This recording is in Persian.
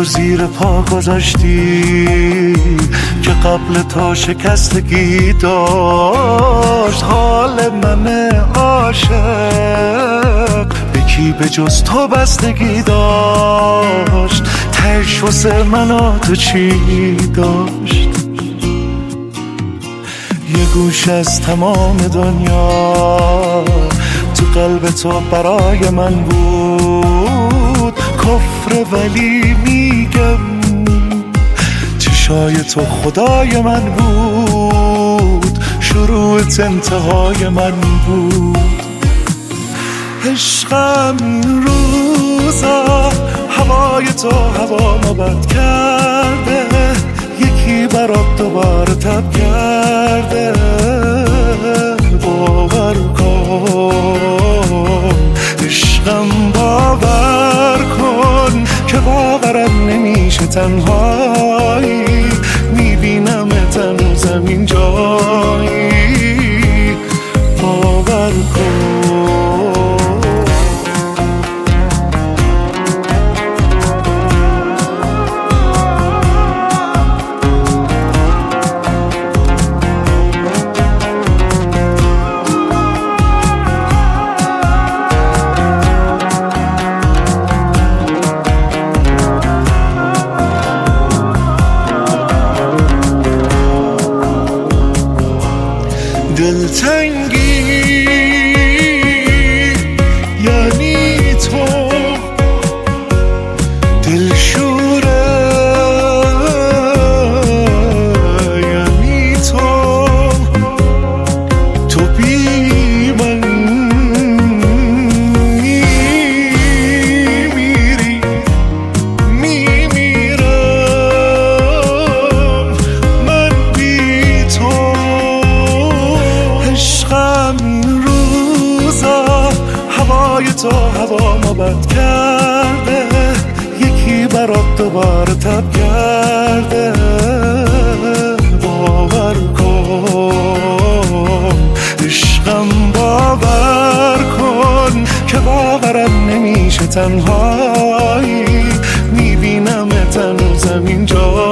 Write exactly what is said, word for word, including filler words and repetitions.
و زیر پا گذاشتی که قبل تا شکستگی داشت حال من عاشق یکی به جز تو بستگی داشت. تهش واسه من و تو چی داشت؟ یه گوش از تمام دنیا تو قلب تو برای من بود کفر، ولی میگم چشای تو خدای من بود، شروعت انتهای من بود. عشقم این روزا هوای تو هوا ما بد کرده، یکی برات دوباره تب کرده. باور کن عشقم، باور کن که باورم نمیشه تنهایی میبینم هنوزم این جایی. باور کن دلتنگی یعنی تو، دلشوره یعنی تو، تو بی من میمیری میمیرم من بی تو. عشقم این روزا هوای تو هوا ما بد کرده، یکی برات دوباره تب کرده. باور کن عشقم، باور کن که باورم نمیشه تنهایی میبینم هنوزم اینجا.